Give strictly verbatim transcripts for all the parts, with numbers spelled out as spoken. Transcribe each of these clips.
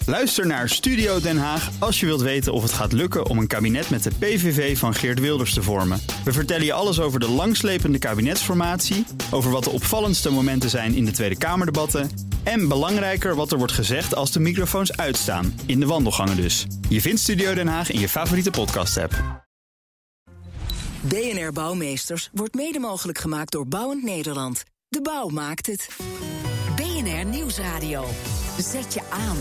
Luister naar Studio Den Haag als je wilt weten of het gaat lukken om een kabinet met de P V V van Geert Wilders te vormen. We vertellen je alles over de langslepende kabinetsformatie, over wat de opvallendste momenten zijn in de Tweede Kamerdebatten en belangrijker wat er wordt gezegd als de microfoons uitstaan, in de wandelgangen dus. Je vindt Studio Den Haag in je favoriete podcast-app. B N R Bouwmeesters wordt mede mogelijk gemaakt door Bouwend Nederland. De bouw maakt het. B N R Nieuwsradio. Zet je aan.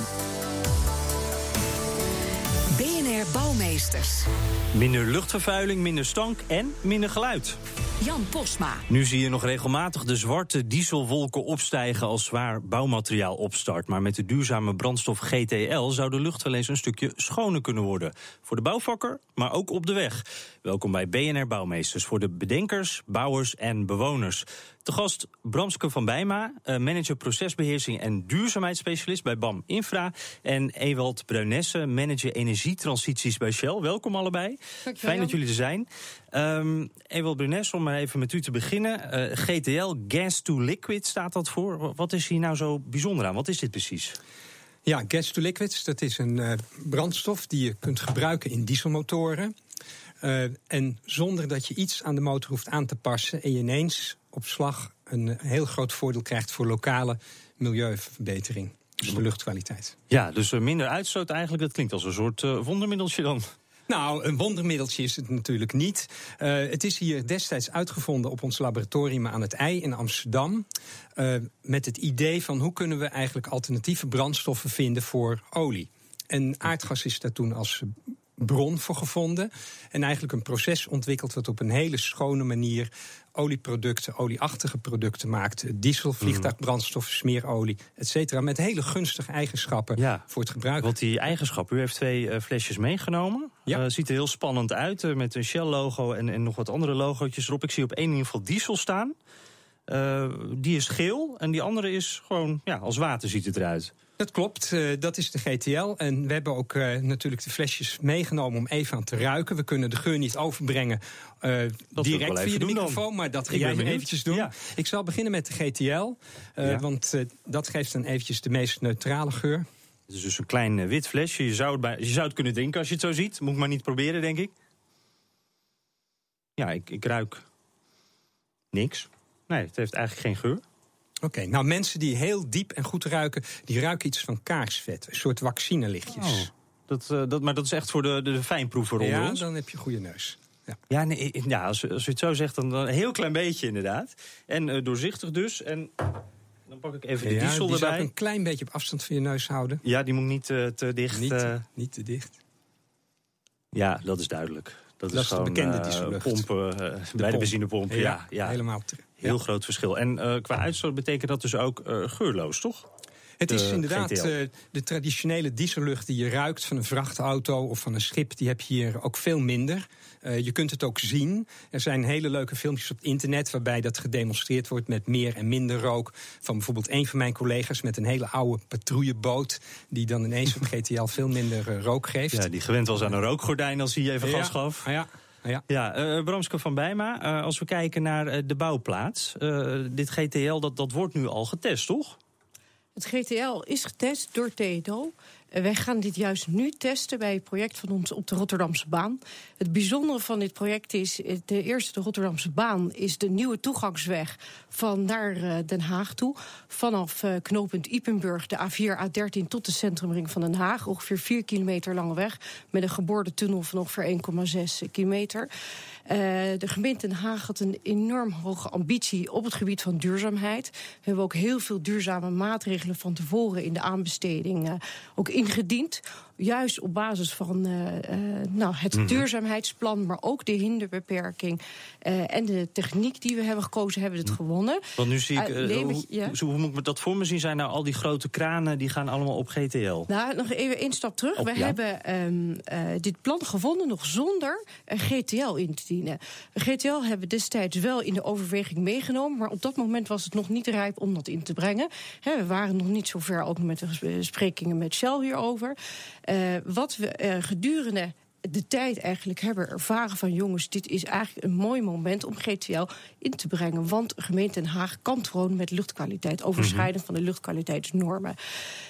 B N R Bouwmeesters. Minder luchtvervuiling, minder stank en minder geluid. Jan Posma. Nu zie je nog regelmatig de zwarte dieselwolken opstijgen als zwaar bouwmateriaal opstart. Maar met de duurzame brandstof G T L zou de lucht wel eens een stukje schoner kunnen worden. Voor de bouwvakker, maar ook op de weg. Welkom bij B N R Bouwmeesters voor de bedenkers, bouwers en bewoners. Te gast Bramske van Bijma, manager procesbeheersing en duurzaamheidsspecialist bij B A M Infra. En Ewald Bruynesse, manager energietransities bij Shell. Welkom allebei. Dankjewel. Fijn dat jullie er zijn. Um, Ewald Bruynesse, om maar even met u te beginnen. Uh, G T L, Gas to Liquid, staat dat voor. Wat is hier nou zo bijzonder aan? Wat is dit precies? Ja, gas to liquids, dat is een uh, brandstof die je kunt gebruiken in dieselmotoren. Uh, en zonder dat je iets aan de motor hoeft aan te passen en je ineens op slag een heel groot voordeel krijgt voor lokale milieuverbetering. Dus de luchtkwaliteit. Ja, dus minder uitstoot eigenlijk. Dat klinkt als een soort uh, wondermiddeltje dan. Nou, een wondermiddeltje is het natuurlijk niet. Uh, het is hier destijds uitgevonden op ons laboratorium aan het I in Amsterdam. Uh, met het idee van hoe kunnen we eigenlijk alternatieve brandstoffen vinden voor olie. En aardgas is daar toen als bron voor gevonden. En eigenlijk een proces ontwikkeld wat op een hele schone manier olieproducten, olieachtige producten maakt. Diesel, vliegtuigbrandstof, smeerolie, et cetera. Met hele gunstige eigenschappen ja, voor het gebruik. Want die eigenschappen, u heeft twee uh, flesjes meegenomen. Ja. Uh, ziet er heel spannend uit, uh, met een Shell-logo en, en nog wat andere logootjes erop. Ik zie op één in ieder geval diesel staan. Uh, die is geel en die andere is gewoon, ja, als water ziet het eruit. Dat klopt, uh, dat is de G T L. En we hebben ook uh, natuurlijk de flesjes meegenomen om even aan te ruiken. We kunnen de geur niet overbrengen uh, direct via de microfoon, dan. Maar dat ga jij eventjes doen. Ja. Ik zal beginnen met de G T L, uh, ja. want uh, dat geeft dan eventjes de meest neutrale geur. Het is dus een klein uh, wit flesje. Je zou, het bij, je zou het kunnen drinken als je het zo ziet. Moet ik maar niet proberen, denk ik. Ja, ik, ik ruik niks. Nee, het heeft eigenlijk geen geur. Oké, okay, nou mensen die heel diep en goed ruiken, die ruiken iets van kaarsvet. Een soort vaccinelichtjes. Oh, dat, uh, dat, maar dat is echt voor de, de fijnproever onder ja, ons? Ja, dan heb je een goede neus. Ja, ja, nee, ja als, als u het zo zegt, dan een heel klein beetje inderdaad. En uh, doorzichtig dus. En dan pak ik even de ja, diesel die erbij. Zou ik een klein beetje op afstand van je neus houden. Ja, die moet niet uh, te dicht. Niet, uh... niet te dicht. Ja, dat is duidelijk. Dat, dat is, is gewoon, de bekende uh, diesellucht. Pompen, uh, de bij pomp. de benzinepomp. Ja, ja, ja. helemaal terug. Heel ja. groot verschil. En uh, qua uitstoot betekent dat dus ook uh, geurloos, toch? Het is de inderdaad uh, de traditionele diesellucht die je ruikt van een vrachtauto of van een schip, die heb je hier ook veel minder. Uh, je kunt het ook zien. Er zijn hele leuke filmpjes op het internet waarbij dat gedemonstreerd wordt met meer en minder rook. Van bijvoorbeeld een van mijn collega's met een hele oude patrouilleboot die dan ineens op G T L veel minder uh, rook geeft. Ja, die gewend was aan een rookgordijn als hij even ja, gas gaf. Ja. Ja, ja uh, Bramske van Bijma, uh, als we kijken naar uh, de bouwplaats. Uh, dit G T L, dat, dat wordt nu al getest, toch? Het G T L is getest door T E D O. Uh, wij gaan dit juist nu testen bij het project van ons op de Rotterdamse baan. Het bijzondere van dit project is, de eerste de Rotterdamse baan is de nieuwe toegangsweg van naar uh, Den Haag toe. Vanaf uh, knooppunt Ypenburg, de A vier, A dertien tot de centrumring van Den Haag. Ongeveer vier kilometer lange weg met een geboorde tunnel van ongeveer één komma zes kilometer. Uh, de gemeente Den Haag had een enorm hoge ambitie op het gebied van duurzaamheid. We hebben ook heel veel duurzame maatregelen van tevoren in de aanbesteding uh, ook ingediend. Juist op basis van uh, uh, nou, het mm-hmm. duurzaamheidsplan, maar ook de hinderbeperking uh, en de techniek die we hebben gekozen, hebben we het gewonnen. Want nu zie ik, uh, uh, hoe, ja. hoe moet ik dat voor me zien? Zijn nou al die grote kranen, die gaan allemaal op G T L? Nou, nog even één stap terug. Oh, we ja? hebben um, uh, dit plan gevonden nog zonder een G T L in te dienen. G T L hebben we destijds wel in de overweging meegenomen, maar op dat moment was het nog niet rijp om dat in te brengen. He, we waren nog niet zo ver, ook met de besprekingen met Shell hierover. Uh, wat we uh, gedurende de tijd eigenlijk hebben ervaren van jongens, dit is eigenlijk een mooi moment om G T L in te brengen. Want de gemeente Den Haag kampt gewoon met luchtkwaliteit, overschrijden mm-hmm. van de luchtkwaliteitsnormen.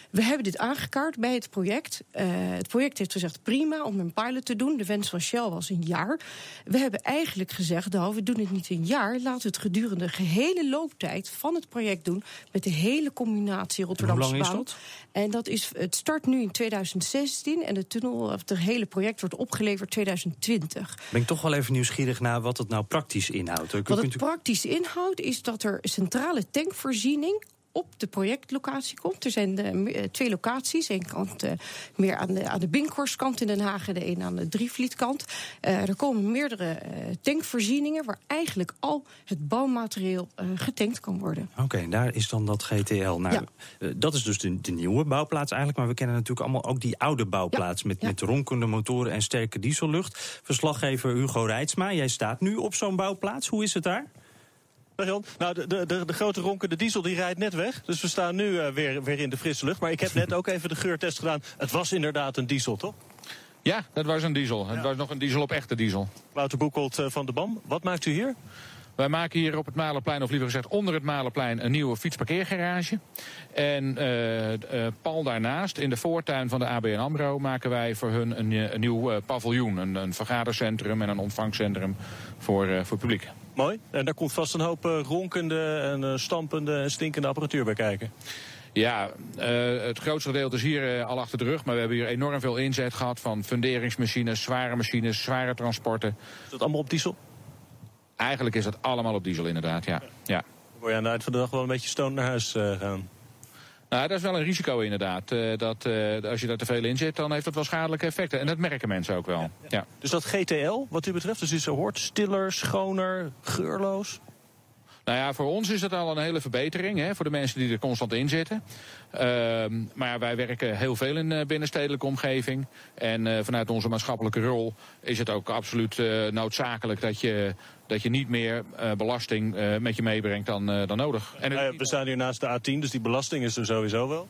We hebben dit aangekaart bij het project. Uh, het project heeft gezegd prima om een pilot te doen. De wens van Shell was een jaar. We hebben eigenlijk gezegd, nou, we doen het niet een jaar. Laten we het gedurende de gehele looptijd van het project doen. Met de hele combinatie Rotterdamse Baan. Hoe lang is dat? En dat is, het start nu in tweeduizend zestien en de tunnel, of het hele project wordt opgeleverd tweeduizend twintig. Ben ik toch wel even nieuwsgierig naar wat het nou praktisch inhoudt. Wat het praktisch inhoudt is dat er centrale tankvoorziening op de projectlocatie komt. Er zijn uh, twee locaties. Eén kant uh, meer aan de, aan de Binckhorst-kant in Den Haag en de een aan de Drievlietkant. Uh, er komen meerdere uh, tankvoorzieningen waar eigenlijk al het bouwmateriaal uh, getankt kan worden. Oké, okay, daar is dan dat G T L. Nou, ja. uh, dat is dus de, de nieuwe bouwplaats eigenlijk, maar we kennen natuurlijk allemaal ook die oude bouwplaats ja. met, ja. met ronkende motoren en sterke diesellucht. Verslaggever Hugo Reitsma, jij staat nu op zo'n bouwplaats. Hoe is het daar? Nou, de, de, de grote ronkende diesel die rijdt net weg. Dus we staan nu uh, weer, weer in de frisse lucht. Maar ik heb net ook even de geurtest gedaan. Het was inderdaad een diesel, toch? Ja, dat was een diesel. Ja. Het was nog een diesel op echte diesel. Wouter Boekholt uh, van de B A M. Wat maakt u hier? Wij maken hier op het Malerplein, of liever gezegd onder het Malerplein, een nieuwe fietsparkeergarage. En uh, uh, pal daarnaast, in de voortuin van de A B N AMRO, maken wij voor hun een, een nieuw uh, paviljoen. Een, een vergadercentrum en een ontvangcentrum voor, uh, voor publiek. Mooi. En daar komt vast een hoop uh, ronkende en uh, stampende en stinkende apparatuur bij kijken. Ja, uh, het grootste gedeelte is hier uh, al achter de rug. Maar we hebben hier enorm veel inzet gehad van funderingsmachines, zware machines, zware transporten. Is dat allemaal op diesel? Eigenlijk is dat allemaal op diesel, inderdaad, ja. ja. Dan word je aan de eind van de dag wel een beetje stoned naar huis uh, gaan. Nou, dat is wel een risico inderdaad. Uh, dat, uh, als je daar te veel in zit, dan heeft dat wel schadelijke effecten. En dat merken mensen ook wel. Ja, ja. Ja. Dus dat G T L, wat u betreft, dus u zo hoort, stiller, schoner, geurloos? Nou ja, voor ons is dat al een hele verbetering, hè, voor de mensen die er constant in zitten. Uh, maar wij werken heel veel in de binnenstedelijke omgeving. En uh, vanuit onze maatschappelijke rol is het ook absoluut uh, noodzakelijk dat je, dat je niet meer uh, belasting uh, met je meebrengt dan, uh, dan nodig. En uh, we staan hier naast de A tien, dus die belasting is er sowieso wel.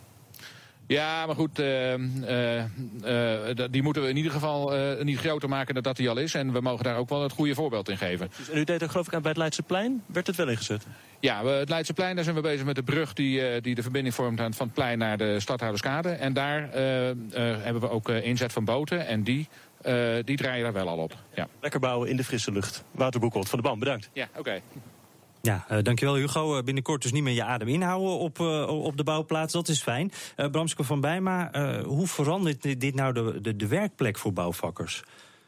Ja, maar goed, uh, uh, uh, die moeten we in ieder geval uh, niet groter maken dan dat die al is. En we mogen daar ook wel het goede voorbeeld in geven. En u deed ook geloof ik aan bij het Leidseplein. Werd het wel ingezet? Ja, het Leidseplein, daar zijn we bezig met de brug die, uh, die de verbinding vormt van het plein naar de Stadhouderskade. En daar uh, uh, hebben we ook uh, inzet van boten en die, uh, die draaien daar wel al op. Ja. Lekker bouwen in de frisse lucht. Wouter Boekholt van de B A M, bedankt. Ja, oké. Okay. Ja, uh, dankjewel Hugo. Uh, binnenkort dus niet meer je adem inhouden op, uh, op de bouwplaats. Dat is fijn. Uh, Bramske van Bijma, uh, hoe verandert dit nou de, de, de werkplek voor bouwvakkers?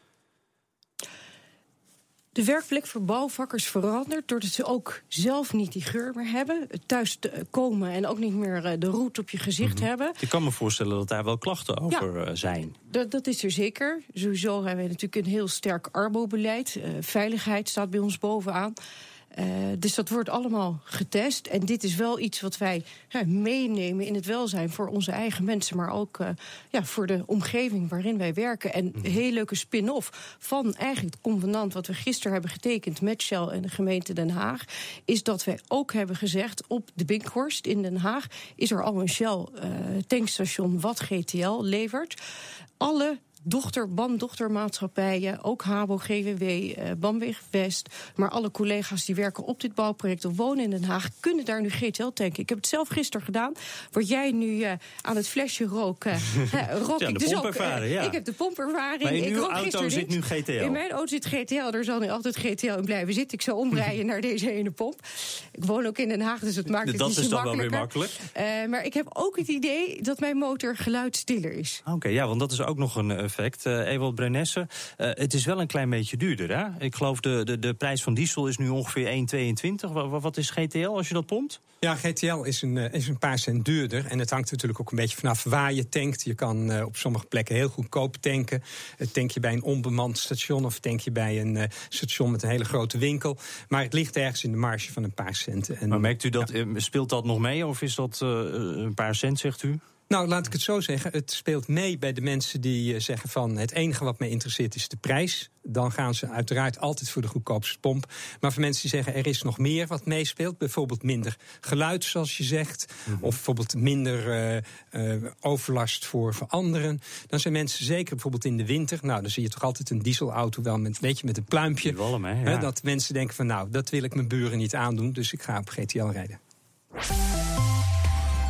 De werkplek voor bouwvakkers verandert doordat ze ook zelf niet die geur meer hebben. Thuis komen en ook niet meer de roet op je gezicht mm-hmm. hebben. Ik kan me voorstellen dat daar wel klachten over ja, zijn. Dat, dat is er zeker. Sowieso hebben we natuurlijk een heel sterk arbobeleid. Uh, veiligheid staat bij ons bovenaan. Uh, dus dat wordt allemaal getest. En dit is wel iets wat wij ja, meenemen in het welzijn voor onze eigen mensen, maar ook uh, ja, voor de omgeving waarin wij werken. En een heel leuke spin-off van eigenlijk het convenant wat we gisteren hebben getekend met Shell en de gemeente Den Haag, is dat wij ook hebben gezegd op de Binckhorst in Den Haag is er al een Shell uh, tankstation wat G T L levert. Alle dochter, B A M-dochtermaatschappijen, ook H A B O, G W W, uh, Bamweg West, maar alle collega's die werken op dit bouwproject of wonen in Den Haag, kunnen daar nu G T L tanken. Ik heb het zelf gisteren gedaan. Word jij nu uh, aan het flesje rook? Uh, rook ja, ik de dus pompervaring, ook, uh, ja. Ik heb de pompervaring. Maar in ik uw auto zit nu G T L? In mijn auto zit G T L. Er zal nu altijd G T L in blijven zitten. Ik zal omrijden naar deze ene pomp. Ik woon ook in Den Haag, dus het maakt het dat niet is zo dan makkelijker. wel weer makkelijk. Uh, maar ik heb ook het idee dat mijn motor geluidstiller is. Oké, okay, ja, want dat is ook nog een effect. Uh, Ewald Brenesse, uh, het is wel een klein beetje duurder, hè? Ik geloof de, de, de prijs van diesel is nu ongeveer één komma tweeëntwintig. Wat, wat is G T L als je dat pompt? Ja, G T L is een, is een paar cent duurder. En het hangt natuurlijk ook een beetje vanaf waar je tankt. Je kan uh, op sommige plekken heel goedkoop tanken. Uh, tank je bij een onbemand station of tank je bij een uh, station met een hele grote winkel. Maar het ligt ergens in de marge van een paar centen. En, maar merkt u dat, ja. speelt dat nog mee of is dat uh, een paar cent, zegt u? Nou, laat ik het zo zeggen. Het speelt mee bij de mensen die uh, zeggen van het enige wat mij interesseert is de prijs. Dan gaan ze uiteraard altijd voor de goedkoopste pomp. Maar voor mensen die zeggen er is nog meer wat meespeelt. Bijvoorbeeld minder geluid, zoals je zegt. Mm-hmm. Of bijvoorbeeld minder uh, uh, overlast voor, voor anderen. Dan zijn mensen zeker bijvoorbeeld in de winter. Nou, dan zie je toch altijd een dieselauto wel met een beetje met een pluimpje. Walm, hè, ja. uh, dat mensen denken van nou, dat wil ik mijn buren niet aandoen. Dus ik ga op G T L rijden.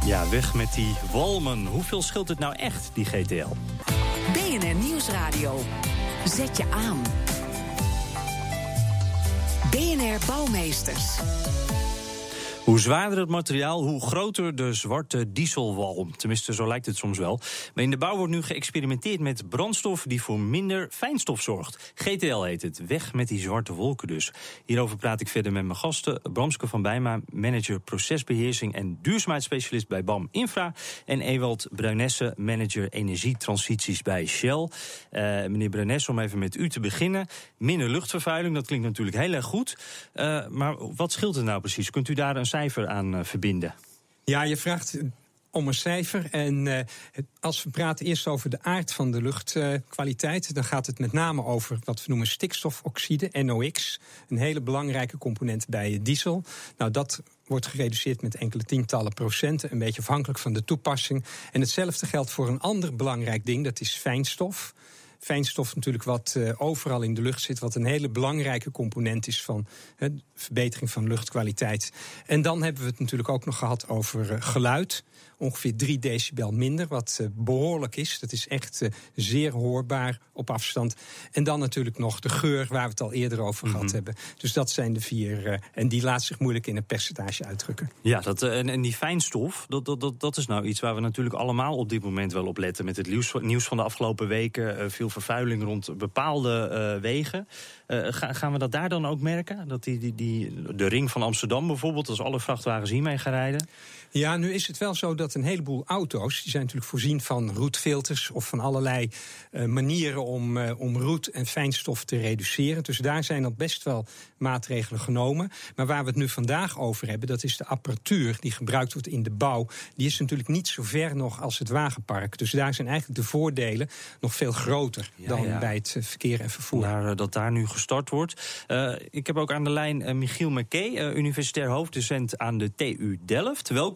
Ja, weg met die walmen. Hoeveel scheelt het nou echt, die G T L? B N R Nieuwsradio. Zet je aan. B N R Bouwmeesters. Hoe zwaarder het materiaal, hoe groter de zwarte dieselwalm. Tenminste, zo lijkt het soms wel. Maar in de bouw wordt nu geëxperimenteerd met brandstof die voor minder fijnstof zorgt. G T L heet het. Weg met die zwarte wolken dus. Hierover praat ik verder met mijn gasten. Bramske van Bijma, manager procesbeheersing en duurzaamheidsspecialist bij BAM Infra. En Ewald Bruynesse, manager energietransities bij Shell. Uh, meneer Bruynesse, om even met u te beginnen. Minder luchtvervuiling, dat klinkt natuurlijk heel erg goed. Uh, maar wat scheelt er nou precies? Kunt u daar een cijfer aan uh, verbinden? Ja, je vraagt om een cijfer. En uh, als we praten eerst over de aard van de luchtkwaliteit, uh, dan gaat het met name over wat we noemen stikstofoxide, N O X. Een hele belangrijke component bij diesel. Nou, dat wordt gereduceerd met enkele tientallen procenten, een beetje afhankelijk van de toepassing. En hetzelfde geldt voor een ander belangrijk ding, dat is fijnstof. Fijnstof natuurlijk wat uh, overal in de lucht zit, wat een hele belangrijke component is van uh, de verbetering van luchtkwaliteit. En dan hebben we het natuurlijk ook nog gehad over uh, geluid. Ongeveer drie decibel minder, wat uh, behoorlijk is. Dat is echt uh, zeer hoorbaar op afstand. En dan natuurlijk nog de geur, waar we het al eerder over mm-hmm. gehad hebben. Dus dat zijn de vier. Uh, en die laat zich moeilijk in een percentage uitdrukken. Ja, dat, uh, en, en die fijnstof, dat, dat, dat, dat is nou iets waar we natuurlijk allemaal op dit moment wel op letten. Met het nieuws, nieuws van de afgelopen weken, uh, veel vervuiling rond bepaalde uh, wegen. Uh, ga, gaan we dat daar dan ook merken? Dat die, die, die, de ring van Amsterdam bijvoorbeeld, als alle vrachtwagens hiermee gaan rijden? Ja, nu is het wel zo dat een heleboel auto's, die zijn natuurlijk voorzien van roetfilters of van allerlei uh, manieren om, uh, om roet en fijnstof te reduceren. Dus daar zijn al best wel maatregelen genomen. Maar waar we het nu vandaag over hebben, dat is de apparatuur die gebruikt wordt in de bouw. Die is natuurlijk niet zo ver nog als het wagenpark. Dus daar zijn eigenlijk de voordelen nog veel groter ja, dan ja. bij het verkeer en vervoer. Daar, uh, dat daar nu gestart wordt. Uh, ik heb ook aan de lijn uh, Michiel Mackay, uh, universitair hoofddocent aan de T U Delft. Welkom.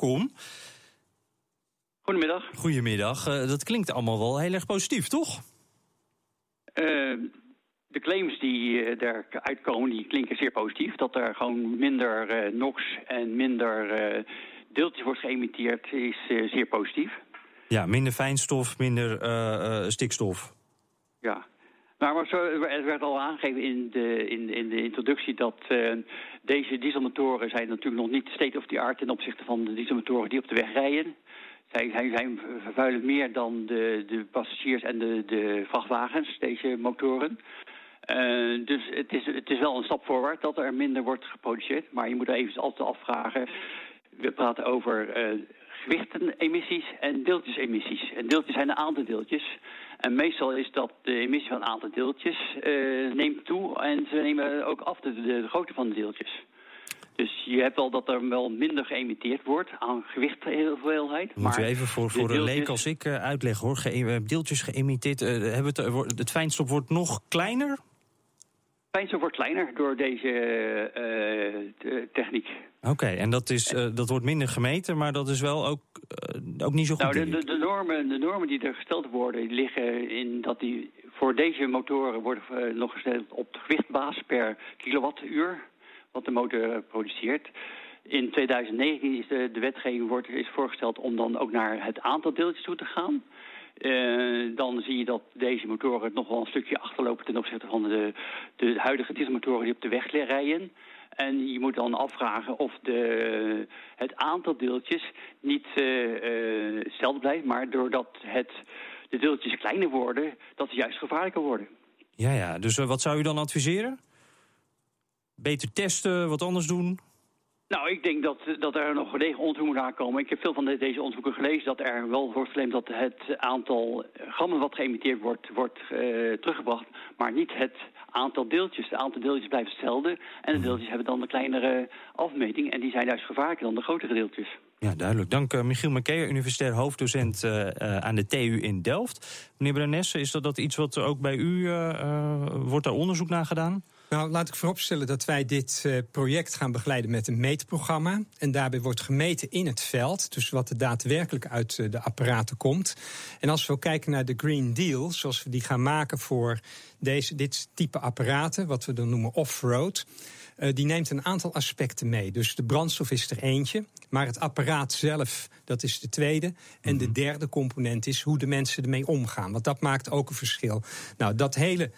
Goedemiddag. Goedemiddag. Uh, dat klinkt allemaal wel heel erg positief, toch? Uh, de claims die uh, eruit komen, die klinken zeer positief. Dat er gewoon minder uh, NOx en minder uh, deeltjes wordt geëmiteerd is uh, zeer positief. Ja, minder fijnstof, minder uh, uh, stikstof. Ja. Nou, maar zo, er werd al aangegeven in de, in, in de introductie dat uh, deze dieselmotoren zijn natuurlijk nog niet state of the art ten opzichte van de dieselmotoren die op de weg rijden. Zij zijn, zijn vervuilend meer dan de, de passagiers en de, de vrachtwagens, deze motoren. Uh, dus het is, het is wel een stap voorwaarts dat er minder wordt geproduceerd. Maar je moet er even altijd afvragen. We praten over uh, gewichteemissies en deeltjesemissies. En deeltjes zijn een aantal deeltjes. En meestal is dat de emissie van een aantal deeltjes uh, neemt toe. En ze nemen ook af de, de, de grootte van de deeltjes. Dus je hebt al dat er wel minder geëmiteerd wordt aan gewichthoeveelheid. Moet je even voor, voor een leek als ik uh, uitleggen hoor. Ge- deeltjes geëmiteerd. Uh, hebben het, uh, het fijnstof wordt nog kleiner? Fijnstof wordt kleiner door deze uh, de techniek. Oké, okay, en dat, is, uh, dat wordt minder gemeten, maar dat is wel ook, uh, ook niet zo goed. Nou, de, de, de, normen, de normen die er gesteld worden, die liggen in dat die voor deze motoren worden uh, nog gesteld op de gewichtbasis per kilowattuur, wat de motor produceert. In twintig negentien is de, de wetgeving wordt, is voorgesteld om dan ook naar het aantal deeltjes toe te gaan. Uh, dan zie je dat deze motoren nog wel een stukje achterlopen ten opzichte van de, de huidige dieselmotoren die op de weg rijden. En je moet dan afvragen of de, het aantal deeltjes niet uh, hetzelfde blijft, maar doordat het, de deeltjes kleiner worden, dat ze juist gevaarlijker worden. Ja, ja. Dus uh, wat zou u dan adviseren? Beter testen, wat anders doen? Nou, ik denk dat, dat er nog gedegen onderzoek moet aankomen. Ik heb veel van de, deze onderzoeken gelezen dat er wel wordt geclaimd dat het aantal grammen wat geëmiteerd wordt, wordt uh, teruggebracht, maar niet het aantal deeltjes. De aantal deeltjes blijven hetzelfde en de deeltjes hebben dan een kleinere afmeting en die zijn juist gevaarlijker dan de grotere deeltjes. Ja, duidelijk. Dank uh, Michiel Mackay, universitair hoofddocent uh, uh, aan de T U in Delft. Meneer Bruynesse, is dat, dat iets wat ook bij u, uh, uh, wordt daar onderzoek naar gedaan? Nou, laat ik vooropstellen dat wij dit uh, project gaan begeleiden met een meetprogramma. En daarbij wordt gemeten in het veld, dus wat er daadwerkelijk uit uh, de apparaten komt. En als we kijken naar de Green Deal, zoals we die gaan maken voor deze, dit type apparaten, wat we dan noemen off-road, uh, die neemt een aantal aspecten mee. Dus de brandstof is er eentje, maar het apparaat zelf, dat is de tweede. En mm-hmm. de derde component is hoe de mensen ermee omgaan. Want dat maakt ook een verschil. Nou, dat hele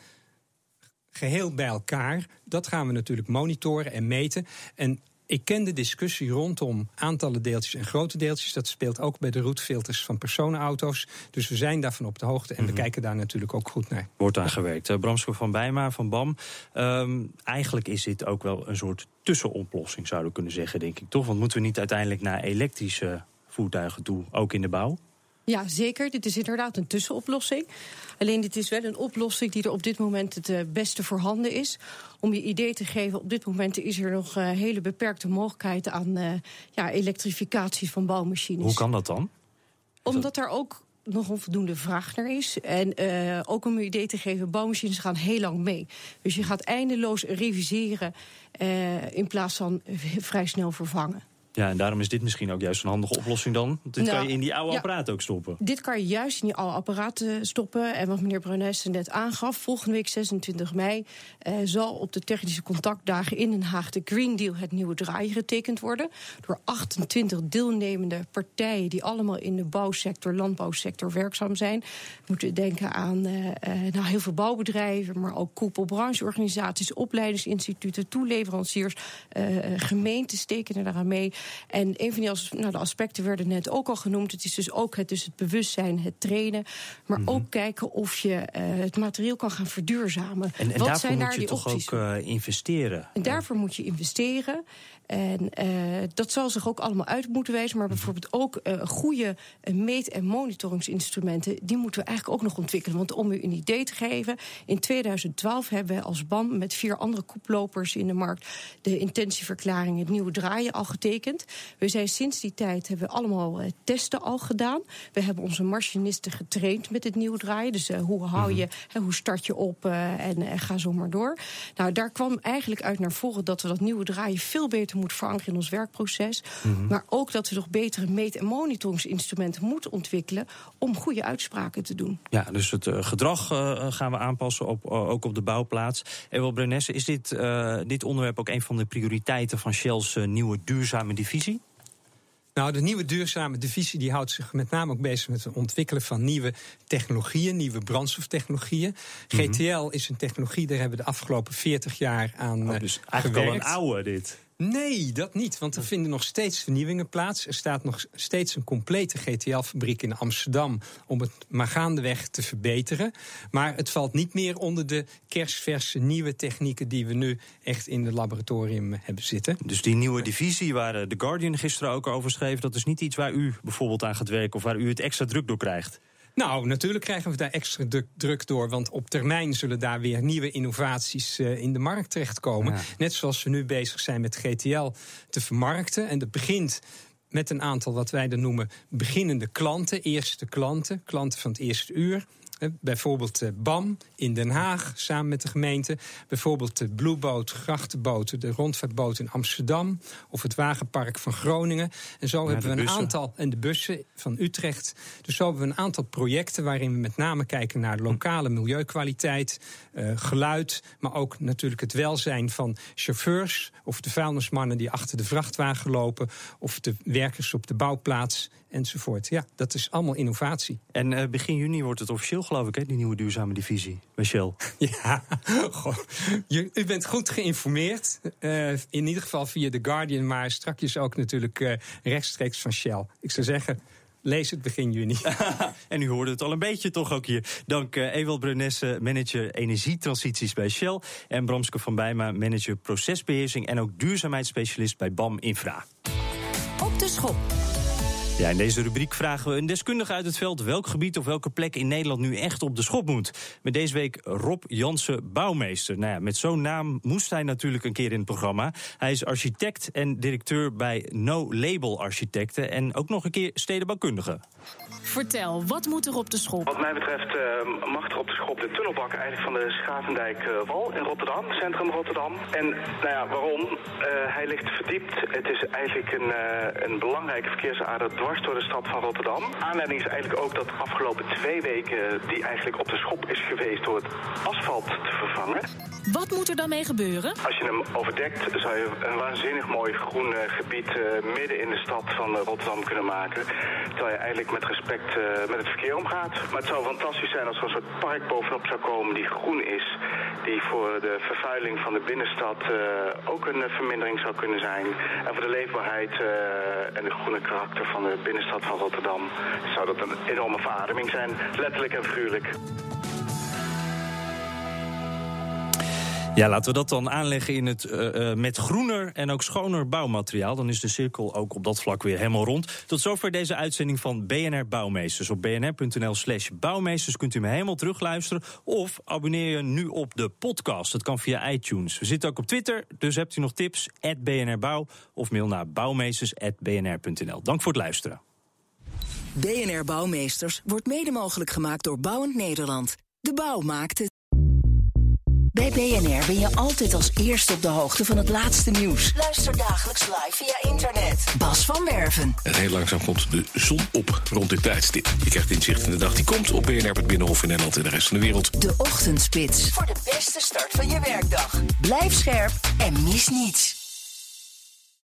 geheel bij elkaar, dat gaan we natuurlijk monitoren en meten. En ik ken de discussie rondom aantallen deeltjes en grote deeltjes. Dat speelt ook bij de roetfilters van personenauto's. Dus we zijn daarvan op de hoogte en mm-hmm. we kijken daar natuurlijk ook goed naar. Wordt aan gewerkt. Uh, Bramske van Bijma van B A M. Um, eigenlijk is dit ook wel een soort tussenoplossing, zouden we kunnen zeggen, denk ik toch? Want moeten we niet uiteindelijk naar elektrische voertuigen toe, ook in de bouw? Ja, zeker. Dit is inderdaad een tussenoplossing. Alleen dit is wel een oplossing die er op dit moment het uh, beste voorhanden is. Om je idee te geven, op dit moment is er nog uh, hele beperkte mogelijkheid aan uh, ja, elektrificatie van bouwmachines. Hoe kan dat dan? Omdat er ook nog onvoldoende vraag naar is. En uh, ook om je idee te geven, bouwmachines gaan heel lang mee. Dus je gaat eindeloos reviseren uh, in plaats van vrij snel vervangen. Ja, en daarom is dit misschien ook juist een handige oplossing dan. Dit nou, kan je in die oude ja, apparaten ook stoppen. Dit kan je juist in die oude apparaten stoppen. En wat meneer Brunesse net aangaf, volgende week zesentwintig mei... Eh, zal op de technische contactdagen in Den Haag de Green Deal, het nieuwe draaien, getekend worden. Door achtentwintig deelnemende partijen die allemaal in de bouwsector, landbouwsector werkzaam zijn. We moeten denken aan uh, nou, heel veel bouwbedrijven, maar ook koepelbrancheorganisaties, opleidingsinstituten, toeleveranciers, uh, gemeenten steken er daaraan mee. En een van die as- nou, de aspecten werden net ook al genoemd. Het is dus ook het, dus het bewustzijn, het trainen. Maar mm-hmm. ook kijken of je uh, het materieel kan gaan verduurzamen. En, en Wat daarvoor zijn moet daar je die toch opties? ook uh, investeren? En daarvoor moet je investeren. En uh, dat zal zich ook allemaal uit moeten wijzen. Maar bijvoorbeeld ook uh, goede uh, meet- en monitoringsinstrumenten, die moeten we eigenlijk ook nog ontwikkelen. Want om u een idee te geven, in tweeduizend twaalf hebben we als B A M met vier andere koplopers in de markt de intentieverklaring, het nieuwe draaien, al getekend. We zijn sinds die tijd hebben we allemaal uh, testen al gedaan. We hebben onze machinisten getraind met het nieuwe draaien. Dus uh, hoe hou je, uh, hoe start je op uh, en uh, ga zo maar door. Nou, daar kwam eigenlijk uit naar voren dat we dat nieuwe draaien veel beter moeten verankeren in ons werkproces. Mm-hmm. Maar ook dat we nog betere meet- en monitoringsinstrumenten moeten ontwikkelen om goede uitspraken te doen. Ja, dus het uh, gedrag uh, gaan we aanpassen, op, uh, ook op de bouwplaats. Ewald Brunesse, is dit, uh, dit onderwerp ook een van de prioriteiten van Shell's uh, nieuwe duurzame divisie? Nou, de nieuwe duurzame divisie die houdt zich met name ook bezig met het ontwikkelen van nieuwe technologieën, nieuwe brandstoftechnologieën. Mm-hmm. G T L is een technologie, daar hebben we de afgelopen veertig jaar aan oh, dus eigenlijk gewerkt. Al een oude dit. Nee, dat niet, want er vinden nog steeds vernieuwingen plaats. Er staat nog steeds een complete G T L-fabriek in Amsterdam om het maar gaandeweg te verbeteren. Maar het valt niet meer onder de kersverse nieuwe technieken die we nu echt in het laboratorium hebben zitten. Dus die nieuwe divisie waar The Guardian gisteren ook over schreef, dat is niet iets waar u bijvoorbeeld aan gaat werken of waar u het extra druk door krijgt? Nou, natuurlijk krijgen we daar extra druk door, want op termijn zullen daar weer nieuwe innovaties uh, in de markt terechtkomen. Ja. Net zoals we nu bezig zijn met G T L te vermarkten. En dat begint met een aantal wat wij dan noemen beginnende klanten, eerste klanten, klanten van het eerste uur. Bijvoorbeeld uh, B A M in Den Haag, samen met de gemeente. Bijvoorbeeld de Blue Boat, grachtenboten, de rondvaartboot in Amsterdam. Of het wagenpark van Groningen. En zo ja, hebben we een bussen. aantal, en de bussen van Utrecht. Dus zo hebben we een aantal projecten waarin we met name kijken naar lokale milieukwaliteit, uh, geluid, maar ook natuurlijk het welzijn van chauffeurs of de vuilnismannen die achter de vrachtwagen lopen, of de werkers op de bouwplaats enzovoort. Ja, dat is allemaal innovatie. En uh, begin juni wordt het officieel, geloof ik, hè, die nieuwe duurzame divisie bij Shell. Ja, goh, je, u bent goed geïnformeerd. Uh, in ieder geval via The Guardian, maar strakjes ook natuurlijk uh, rechtstreeks van Shell. Ik zou zeggen, lees het begin juni. En u hoorde het al een beetje toch ook hier. Dank uh, Ewald Brunesse, manager energietransities bij Shell. En Bramske van Bijma, manager procesbeheersing en ook duurzaamheidsspecialist bij B A M Infra. Op de schop. Ja, in deze rubriek vragen we een deskundige uit het veld welk gebied of welke plek in Nederland nu echt op de schop moet. Met deze week Rob Jansen, bouwmeester. Nou ja, met zo'n naam moest hij natuurlijk een keer in het programma. Hij is architect en directeur bij No Label Architecten en ook nog een keer stedenbouwkundige. Vertel, wat moet er op de schop? Wat mij betreft uh, mag er op de schop de tunnelbak eigenlijk van de Schavendijk-wal in Rotterdam, centrum Rotterdam. En nou ja, waarom? Uh, hij ligt verdiept. Het is eigenlijk een, uh, een belangrijke verkeersader dwars door de stad van Rotterdam. Aanleiding is eigenlijk ook dat de afgelopen twee weken die eigenlijk op de schop is geweest door het asfalt te vervangen. Wat moet er dan mee gebeuren? Als je hem overdekt, zou je een waanzinnig mooi groen uh, gebied uh, midden in de stad van uh, Rotterdam kunnen maken. Terwijl je eigenlijk met respect uh, met het verkeer omgaat. Maar het zou fantastisch zijn als er een soort park bovenop zou komen die groen is. Die voor de vervuiling van de binnenstad uh, ook een uh, vermindering zou kunnen zijn. En voor de leefbaarheid uh, en de groene karakter van de binnenstad van Rotterdam zou dat een enorme verademing zijn. Letterlijk en figuurlijk. Ja, laten we dat dan aanleggen in het uh, uh, met groener en ook schoner bouwmateriaal. Dan is de cirkel ook op dat vlak weer helemaal rond. Tot zover deze uitzending van B N R Bouwmeesters. Op bnr.nl slash bouwmeesters kunt u me helemaal terugluisteren. Of abonneer je nu op de podcast. Dat kan via iTunes. We zitten ook op Twitter, dus hebt u nog tips? at B N R Bouw of mail naar bouwmeesters at b n r punt n l. Dank voor het luisteren. B N R Bouwmeesters wordt mede mogelijk gemaakt door Bouwend Nederland. De bouw maakt het. Bij B N R ben je altijd als eerste op de hoogte van het laatste nieuws. Luister dagelijks live via internet. Bas van Werven. En heel langzaam komt de zon op rond dit tijdstip. Je krijgt inzicht in de dag die komt op B N R, het Binnenhof in Nederland en de rest van de wereld. De Ochtendspits. Voor de beste start van je werkdag. Blijf scherp en mis niets.